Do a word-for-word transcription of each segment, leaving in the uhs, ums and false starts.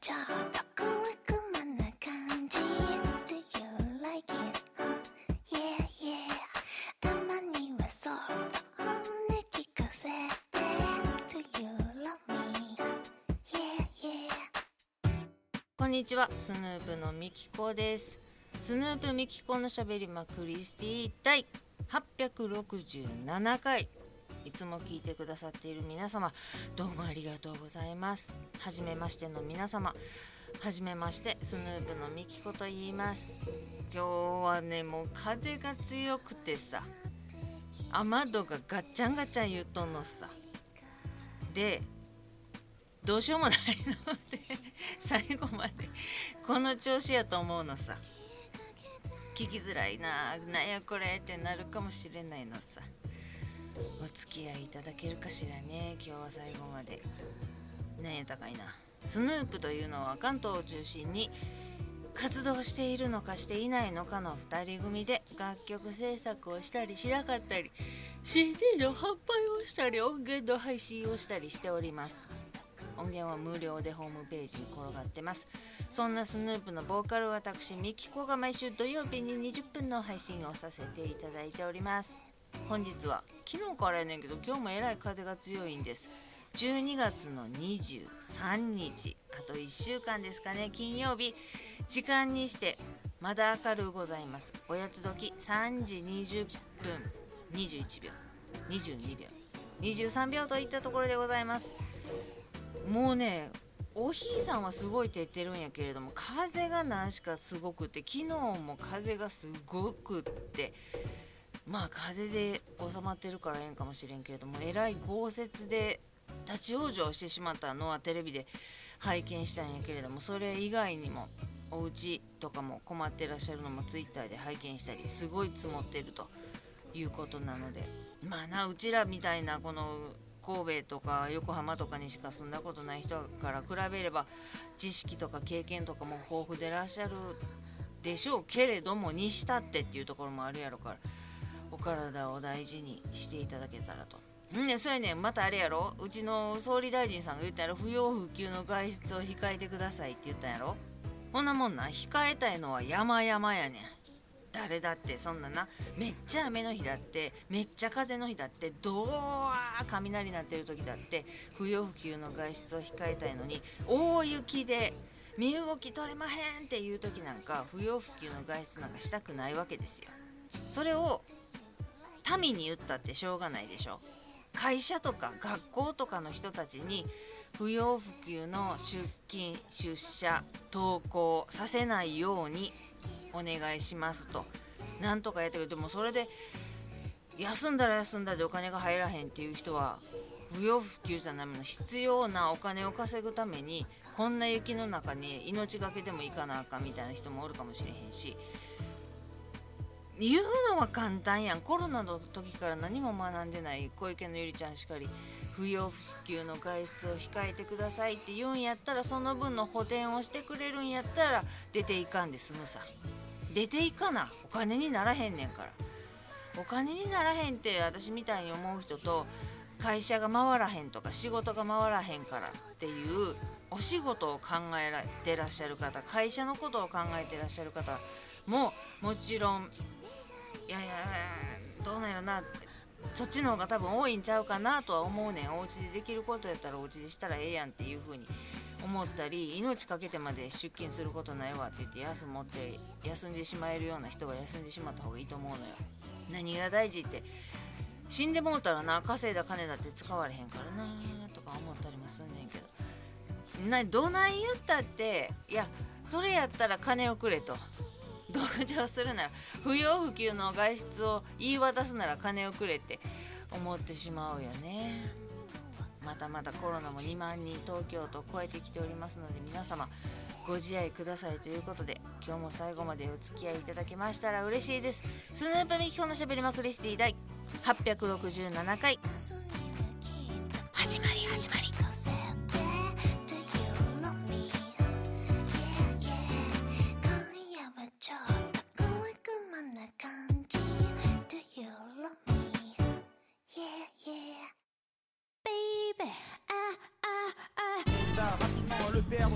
ちょっと小悪魔な感じ Do you like it? Yeah, yeah たまにはそっと本音聞かせて Do you love me? Yeah, yeah こんにちは、スヌープのみきこです。スヌープみきこのしゃべりまクリスティだいはっぴゃくろくじゅうななかい、いつも聞いてくださっている皆様、どうもありがとうございます。はじめましての皆様、はじめまして、スヌープのみきこと言います。今日はね、もう風が強くてさ、雨戸がガッチャンガチャン言うとんのさ、でどうしようもないので最後までこの調子やと思うのさ。聞きづらいな、なんやこれってなるかもしれないのさ。お付き合いいただけるかしらね。今日は最後まで。なんや高いな。スヌープというのは関東を中心に活動しているのかしていないのかのふたり組で楽曲制作をしたりしなかったり シーディー の販売をしたり音源の配信をしたりしております。音源は無料でホームページに転がってます。そんなスヌープのボーカル私みきこが毎週土曜日ににじゅっぷんの配信をさせていただいております。本日は昨日からやねんけど今日もえらい風が強いんです。じゅうにがつのにじゅうさんにち、あといっしゅうかんですかね、金曜日、時間にしてまだ明るうございます。おやつ時さんじにじゅっぷんにじゅういちびょうにじゅうにびょうにじゅうさんびょうといったところでございます。もうね、お日さんはすごい照ってるんやけれども、風が何しかすごくって、昨日も風がすごくって、まあ風で収まってるからええんかもしれんけれども、えらい豪雪で立ち往生してしまったのはテレビで拝見したんやけれども、それ以外にもお家とかも困ってらっしゃるのもツイッターで拝見したり、すごい積もってるということなので、まあな、うちらみたいなこの神戸とか横浜とかにしか住んだことない人から比べれば知識とか経験とかも豊富でらっしゃるでしょうけれども、にしたってっていうところもあるやろから、お体を大事にしていただけたらと。んね、それね、またあれやろ、うちの総理大臣さんが言ったやろ、不要不急の外出を控えてくださいって言ったんやろ。こんなもんな、控えたいのは山々やねん。誰だってそんなな、めっちゃ雨の日だって、めっちゃ風の日だって、どう雷鳴ってる時だって不要不急の外出を控えたいのに、大雪で身動き取れまへんっていう時なんか不要不急の外出なんかしたくないわけですよ。それを民に言ったってしょうがないでしょ。会社とか学校とかの人たちに不要不急の出勤出社登校させないようにお願いしますと、なんとかやってくれても、それで休んだら休んだでお金が入らへんっていう人は不要不急じゃないもの、必要なお金を稼ぐためにこんな雪の中に命がけでも行かなあかんみたいな人もおるかもしれへんし、言うのは簡単やん。コロナの時から何も学んでない小池のゆりちゃんしかり、不要不急の外出を控えてくださいって言うんやったら、その分の補填をしてくれるんやったら出ていかんで済むさ。出ていかな、お金にならへんねんから。お金にならへんって私みたいに思う人と、会社が回らへんとか仕事が回らへんからっていうお仕事を考えてらっしゃる方、会社のことを考えてらっしゃる方ももちろん、いやいやどうなんやろな、そっちの方が多分多いんちゃうかなとは思うねん。お家でできることやったらお家でしたらええやんっていう風に思ったり、命かけてまで出勤することないわって言って休もって休んでしまえるような人は休んでしまった方がいいと思うのよ。何が大事って、死んでもうたらな、稼いだ金だって使われへんからなとか思ったりもすんねんけど、な、どない言ったって、いやそれやったら金をくれと、同情するなら、不要不急の外出を言い渡すなら金をくれって思ってしまうよね。またまたコロナもにまんにん東京都を超えてきておりますので、皆様ご自愛くださいということで、今日も最後までお付き合いいただけましたら嬉しいです。スヌープみきこのしゃべりまクリスティだいはっぴゃくろくじゅうななかい、始まり始まり。 Le perdre car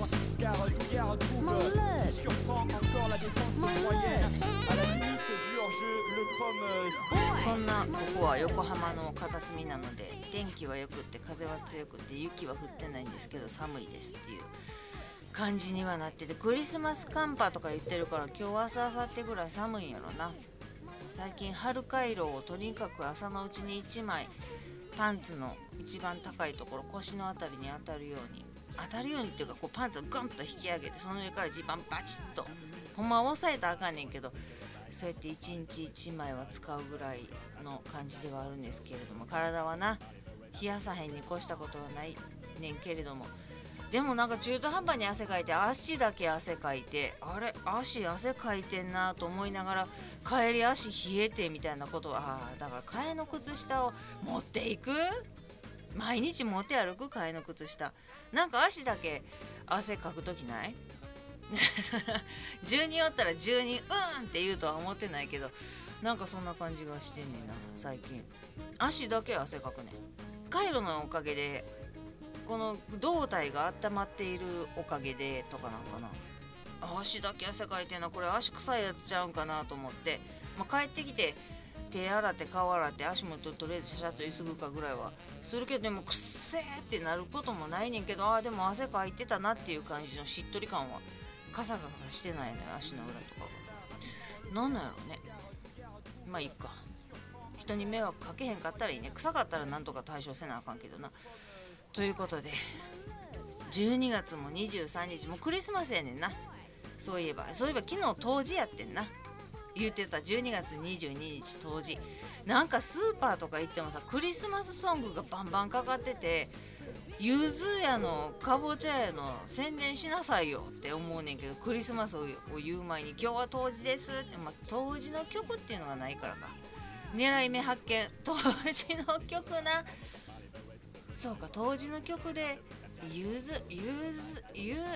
car Douillard trouve qui surprend encore la défense moyenne à la limite du hors-jeu. Le Chrome そんなここは横浜の片隅なので天気はよくって風は強くって雪は降ってないんですけど寒いですっていう感じにはなってて、クリスマス寒波とか言ってるから今日明日明後日ぐらい寒いんやろな。最近春回路をとにかく朝のうちにいちまいパンツの一番高いところ腰のあたりに当たるように当たるようにっていうかこうパンツをグンと引き上げてその上からジーパンバチッとほんまは押さえたらあかんねんけどそうやっていちにちいちまいは使うぐらいの感じではあるんですけれども、体はな冷やさへんに越したことはないねんけれども、でもなんか中途半端に汗かいて足だけ汗かいてあれ足汗かいてんなと思いながら帰り足冷えてみたいなことはあだから替えの靴下を持っていく毎日持って歩く替えの靴下なんか足だけ汗かくときないじゅうにんおったらじゅうにんうんって言うとは思ってないけどなんかそんな感じがしてんねんな最近足だけ汗かくねん。カイロのおかげでこの胴体が温まっているおかげでとかなんかな足だけ汗かいてんなこれ足臭いやつちゃうんかなと思って、まあ、帰ってきて手洗って顔洗って足もととりあえずシャシャッとゆすぐかぐらいはするけどでもくっせーってなることもないねんけどあーでも汗かいてたなっていう感じのしっとり感はカサカサしてないのよ足の裏とかがなんなんやろね。まあいいか人に迷惑かけへんかったらいいね。臭かったらなんとか対処せなあかんけどなということでじゅうにがつもにじゅうさんにちもクリスマスやねんな。そういえばそういえば昨日冬至やってんな言ってたじゅうにがつにじゅうににち冬至なんかスーパーとか行ってもさクリスマスソングがバンバンかかっててゆずやのかぼちゃやの宣伝しなさいよって思うねんけどクリスマスを言う前に今日は冬至ですって、まあ、冬至の曲っていうのがないからか狙い目発見冬至の曲なそうか冬至の曲でゆずゆずゆうーん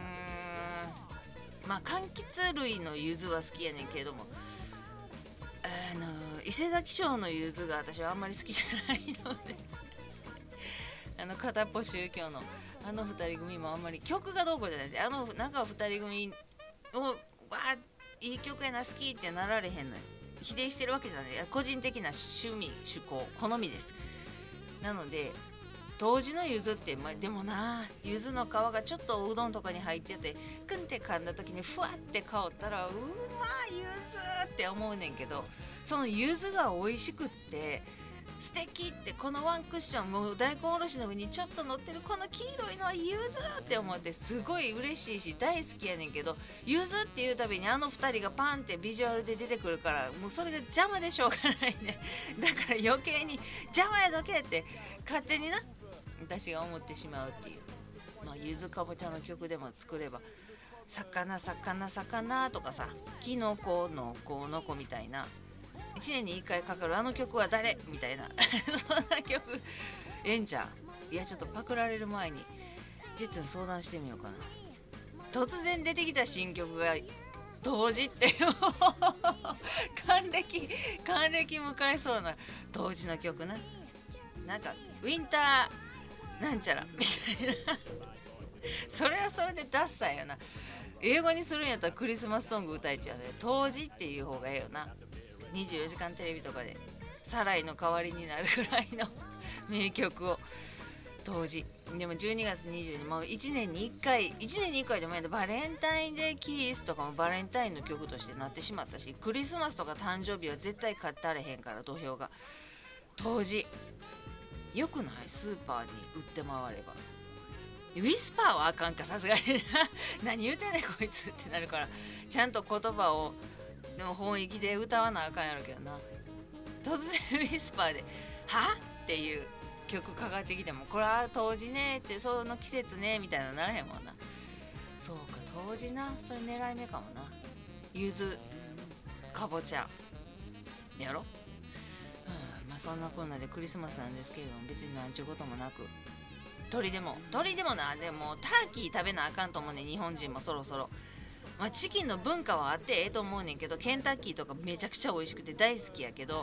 まあ柑橘類のゆずは好きやねんけれどもあの伊勢崎町のゆずが私はあんまり好きじゃないのであの片っぽ宗教のあの二人組もあんまり曲がどうこうじゃないであのなんか二人組をわあいい曲やな好きってなられへんのよ。否定してるわけじゃない個人的な趣味趣向好みです。なので当時のゆずって、まあ、でもなゆずの皮がちょっとおうどんとかに入っててクンって噛んだ時にふわって香ったらうまいゆずって思うねんけどそのゆずが美味しくって素敵ってこのワンクッションもう大根おろしの上にちょっと乗ってるこの黄色いのはゆずって思ってすごい嬉しいし大好きやねんけどゆずっていうたびにあのふたりがパンってビジュアルで出てくるからもうそれが邪魔でしょうがないね。だから余計に邪魔やどけって勝手にな私が思ってしまうっていう、まあ、ゆずかぼちゃの曲でも作れば魚魚魚とかさきのこのこのこみたいないちねんにいっかいかかるあの曲は誰みたいなそんな曲ええんちゃう。いやちょっとパクられる前に実は相談してみようかな。突然出てきた新曲が当時って還暦還暦迎えそうな当時の曲ななんかウィンターなんちゃらみたいなそれはそれでダッサいよな。英語にするんやったらクリスマスソング歌えちゃうね。当時っていう方がええよな。にじゅうよじかんテレビとかでサライの代わりになるぐらいの名曲を当時でもじゅうにがつにじゅうににちもういちねんにいっかいいちねんにいっかいでもやだバレンタインデーキースとかもバレンタインの曲としてなってしまったしクリスマスとか誕生日は絶対勝たれへんから土俵が当時よくないスーパーに売って回ればウィスパーはあかんかさすがに何言うてんねんこいつってなるからちゃんと言葉をでも本域で歌わなあかんやろけどな突然ウィスパーではっていう曲かかってきてもこれは当時ねってその季節ねみたいなのならへんもんな。そうか当時なそれ狙い目かもな。ゆずかぼちゃやろ。うんまあそんなこんなでクリスマスなんですけれども別になんちゅうこともなく鳥でも鳥でもなでもターキー食べなあかんと思うね日本人もそろそろ。まあ、チキンの文化はあってええと思うねんけどケンタッキーとかめちゃくちゃ美味しくて大好きやけど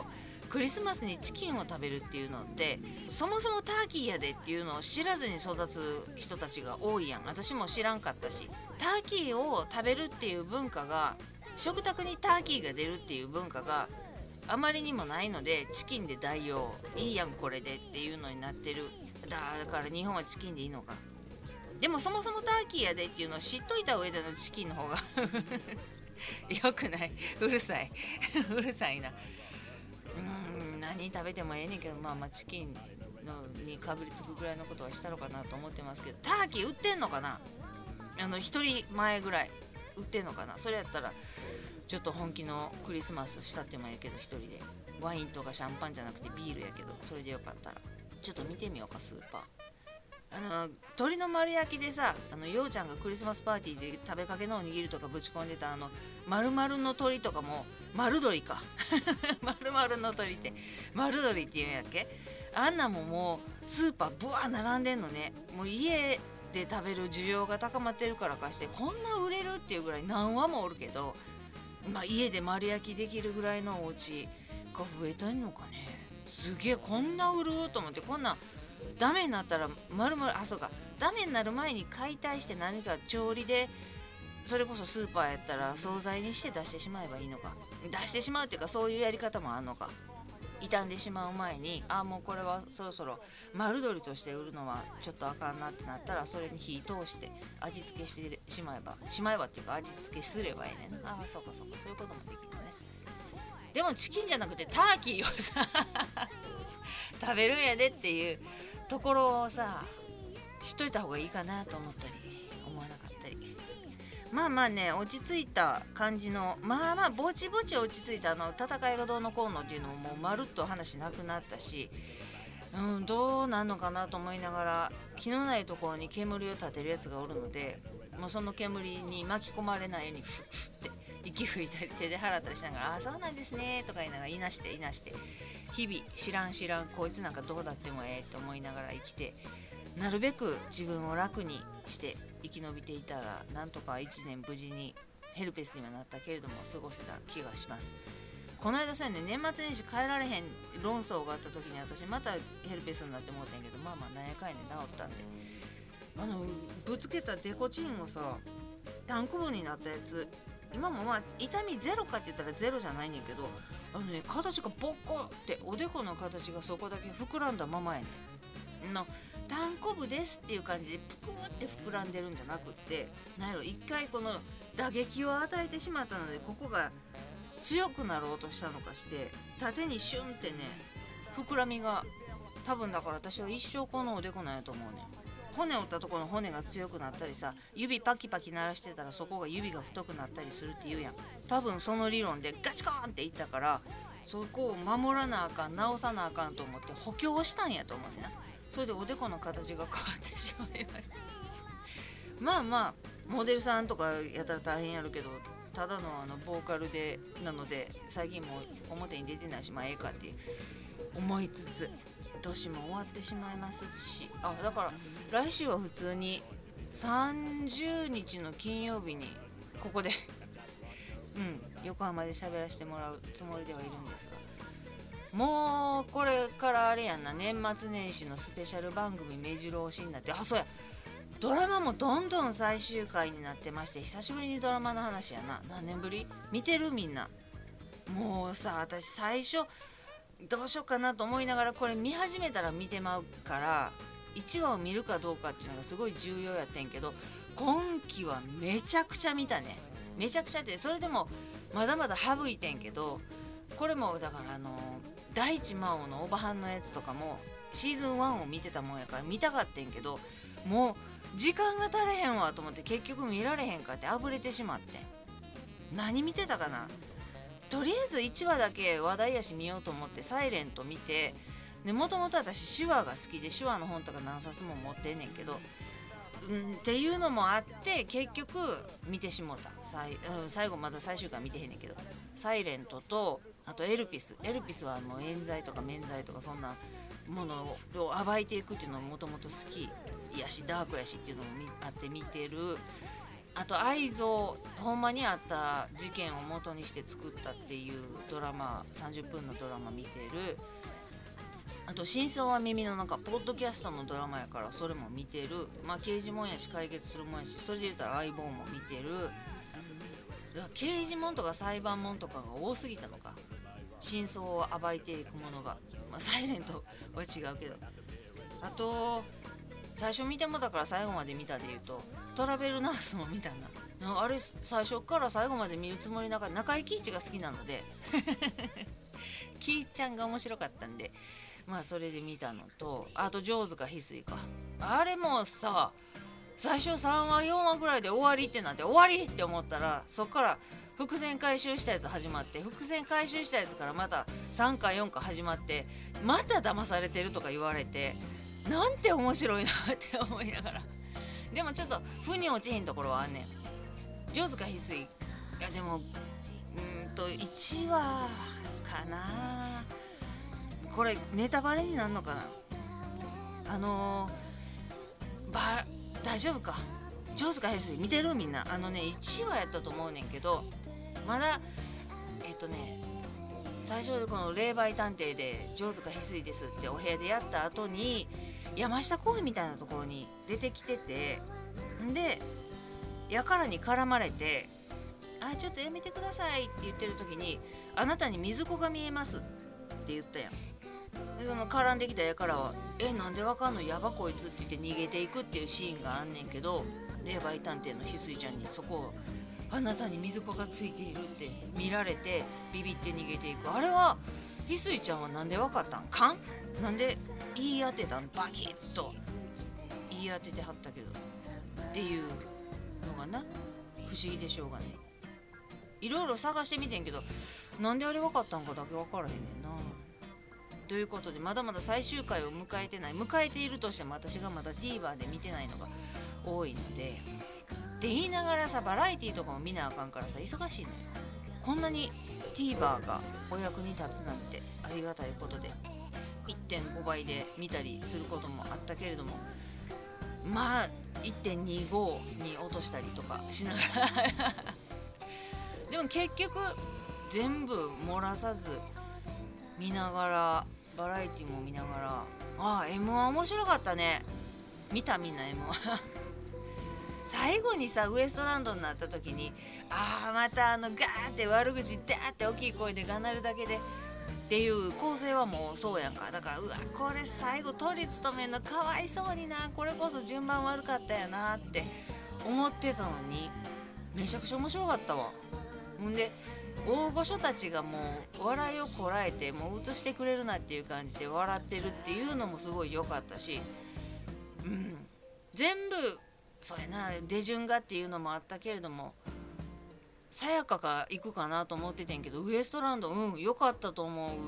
クリスマスにチキンを食べるっていうのってそもそもターキーやでっていうのを知らずに育つ人たちが多いやん。私も知らんかったし、ターキーを食べるっていう文化が、食卓にターキーが出るっていう文化があまりにもないので、チキンで代用いいやんこれでっていうのになってる。だから日本はチキンでいいのか。でもそもそもターキーやでっていうのを知っといた上でのチキンの方がよくない？うるさいうるさいな。うーん、何食べてもええねんけど、まあまあチキンのにかぶりつくぐらいのことはしたのかなと思ってますけど、ターキー売ってんのかな？あの一人前ぐらい売ってんのかな？それやったらちょっと本気のクリスマスをしたってもええけど、一人でワインとかシャンパンじゃなくてビールやけど、それでよかったらちょっと見てみようか、スーパー。あの鶏の丸焼きでさ、あのようちゃんがクリスマスパーティーで食べかけのおにぎりとかぶち込んでたあの丸々の鶏とかも、丸鶏か丸々の鶏って丸鶏っていうんやっけ、あんなももうスーパーブワー並んでんのね。もう家で食べる需要が高まってるからかしてこんな売れるっていうぐらい何羽もおるけど、まあ、家で丸焼きできるぐらいのお家が増えてんのかね。すげえ、こんな売ると思って、こんなダメになったら丸々、あ、そうか、ダメになる前に解体して何か調理で、それこそスーパーやったら惣菜にして出してしまえばいいのか。出してしまうっていうか、そういうやり方もあんのか。傷んでしまう前に、あ、もうこれはそろそろ丸鶏として売るのはちょっとあかんなってなったら、それに火通して味付けしてしまえばしまえばっていうか味付けすればいいねん。ああ、そうかそうか、そういうこともできるね。でもチキンじゃなくてターキーをさ食べるんやでっていうところをさ、知っといた方がいいかなと思ったり思わなかったり。まあまあね、落ち着いた感じの、まあまあぼちぼち落ち着いた、あの戦いがどうのこうのっていうのももうまるっと話なくなったし、うん、どうなんのかなと思いながら、気のないところに煙を立てるやつがおるので、もうその煙に巻き込まれないようにフッフッって息吹いたり手で払ったりしながら、ああそうなんですねとか言いながらいなしていなして、日々知らん知らんこいつなんかどうだってもええと思いながら生きて、なるべく自分を楽にして生き延びていたら、なんとかいちねん無事にヘルペスにはなったけれども過ごせた気がします。この間そうやね、年末年始帰られへん論争があった時に私またヘルペスになって思ったんやけど、まあまあ何やかんやで治ったんで、あのぶつけたデコチンをさ、タンク部になったやつ、今もまあ痛みゼロかって言ったらゼロじゃないねんけど、あのね、形がボッコっておでこの形がそこだけ膨らんだままやねんの。タンコブですっていう感じでプクって膨らんでるんじゃなくって、なんやろ、一回この打撃を与えてしまったので、ここが強くなろうとしたのかして、縦にシュンってね膨らみが、多分だから私は一生このおでこなんやと思うね。骨折ったところの骨が強くなったりさ、指パキパキ鳴らしてたらそこが指が太くなったりするっていうやん。多分その理論でガチコーンっていったから、そこを守らなあかん、直さなあかんと思って補強したんやと思うねな。それでおでこの形が変わってしまいました。まあまあモデルさんとかやったら大変やるけど、ただのあのボーカルでなので最近も表に出てないし、まあええかって思いつつ、年も終わってしまいますし、あ、だから来週は普通にさんじゅうにちの金曜日にここでうん横浜で喋らせてもらうつもりではいるんですが、もうこれからあれやんな、年末年始のスペシャル番組目白押しになって、あ、そうや、ドラマもどんどん最終回になってまして、久しぶりにドラマの話やな。何年ぶり？見てるみんな。もうさ、私最初どうしようかなと思いながら、これ見始めたら見てまうからいちわを見るかどうかっていうのがすごい重要やってんけど、今期はめちゃくちゃ見たね。めちゃくちゃって、それでもまだまだ省いてんけど、これもだからあの第一魔王のオバハンのやつとかもシーズンワンを見てたもんやから見たかってんけど、もう時間が足れへんわと思って結局見られへんかってあぶれてしまってん。何見てたかな。とりあえずいちわだけ話題やし見ようと思ってサイレント見て、でもともと私手話が好きで手話の本とか何冊も持ってんねんけど、うん、っていうのもあって結局見てしもた。最、うん、最後まだ最終回見てへんねんけど、サイレントとあとエルピス。エルピスはもう冤罪とか免罪とかそんなものを暴いていくっていうのももともと好きやし、ダークやしっていうのもあって見てる。 あと愛憎、ほんまにあった事件を元にして作ったっていうドラマ、さんじゅっぷんのドラマ見てる。あと真相は耳の中、ポッドキャストのドラマやからそれも見てる。まあ刑事もんやし解決するもんやし、それで言ったら相棒も見てる。だから刑事もんとか裁判もんとかが多すぎたのか、真相を暴いていくものが。まあサイレントは違うけど、あと最初見てもだから最後まで見たで言うとトラベルナースも見たな。なんかあれ最初から最後まで見るつもりなかった。中井貴一が好きなので貴一ちゃんが面白かったんで、まあそれで見たのと、あと城塚翡翠か。あれもさ、最初さんわよんわぐらいで終わりってなって、終わりって思ったらそっから伏線回収したやつ始まって、伏線回収したやつからまたさんかよんか始まって、また騙されてるとか言われて、なんて面白いなって思いながらでもちょっと腑に落ちひんところはあんねん。城塚翡翠、いやでもうーんといちわかな。これネタバレになるのかな。あのー、ば大丈夫か。城塚翡翠見てるみんな。あのねいちわやったと思うねんけど、まだえっとね最初この霊媒探偵で城塚翡翠ですってお部屋でやった後に山下公園みたいなところに出てきてて、んでやからに絡まれて、あちょっとやめてくださいって言ってる時に、あなたに水子が見えますって言ったやん。でその絡んできたやからは、えなんでわかんの、やばこいつって言って逃げていくっていうシーンがあんねんけど、霊媒探偵の翡翠ちゃんにそこをあなたに水子がついているって見られてビビって逃げていく。あれは翡翠ちゃんはなんでわかったんかん、なんで言い当てたん、バキッと言い当ててはったけどっていうのがな、不思議でしょうがね。いろいろ探してみてんけど、なんであれ分かったんかだけ分からへんねんな。ということでまだまだ最終回を迎えてない、迎えているとしても私がまだ TVer で見てないのが多いので、って言いながらさ、バラエティとかも見なあかんからさ忙しいのよ。こんなに TVer がお役に立つなんてありがたいことで いってんごばいで見たりすることもあったけれども、まあ いってんにご に落としたりとかしながらでも結局全部漏らさず見ながら、バラエティも見ながら、ああ エムワン 面白かったね。見たみんな エムワン 最後にさウエストランドになった時に、ああまたあのガーって悪口ダーって大きい声でがなるだけでっていう構成はもうそうやんか。だからうわこれ最後取り務めんのかわいそうにな、これこそ順番悪かったやなって思ってたのに、めちゃくちゃ面白かったわ。んで大御所たちがもう笑いをこらえてもう映してくれるなっていう感じで笑ってるっていうのもすごい良かったし、うん、全部そうやな、出順がっていうのもあったけれども、さやかが行くかなと思っててんけど、ウエストランドうん良かったと思うって。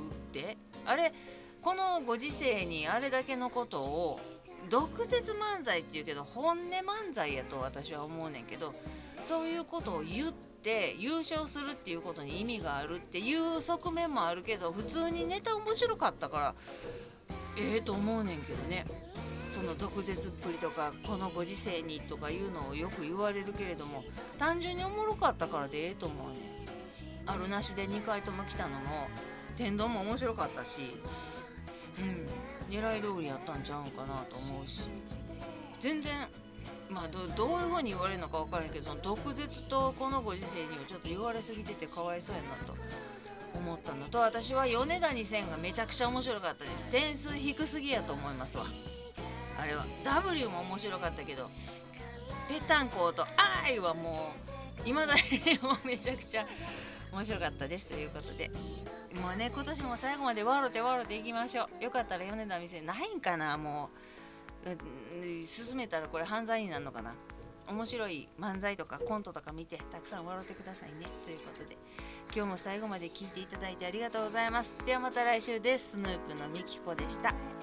あれこのご時世にあれだけのことを毒舌漫才っていうけど本音漫才やと私は思うねんけど、そういうことを言って優勝するっていうことに意味があるっていう側面もあるけど、普通にネタ面白かったからええと思うねんけどね。その毒舌っぷりとかこのご時世にとかいうのをよく言われるけれども、単純におもろかったからでええと思うねん。あるなしでにかいとも来たのも天丼も面白かったし、うん狙い通りやったんちゃうんかなと思うし、全然まあ ど, どういう風に言われるのか分からんけど、その毒舌とこのご時世にはちょっと言われすぎててかわいそうやなと思ったのと、私は米田にせんがめちゃくちゃ面白かったです。点数低すぎやと思いますわ。あれは ダブリュー も面白かったけど、ペタンコーとアイはもういまだにもうめちゃくちゃ面白かったですということで、もうね今年も最後まで笑って笑っていきましょう。よかったら米田店ないんかな、もう進めたらこれ犯罪になるのかな。面白い漫才とかコントとか見てたくさん笑ってくださいねということで、今日も最後まで聞いていただいてありがとうございます。ではまた来週です。スヌープのみきこでした。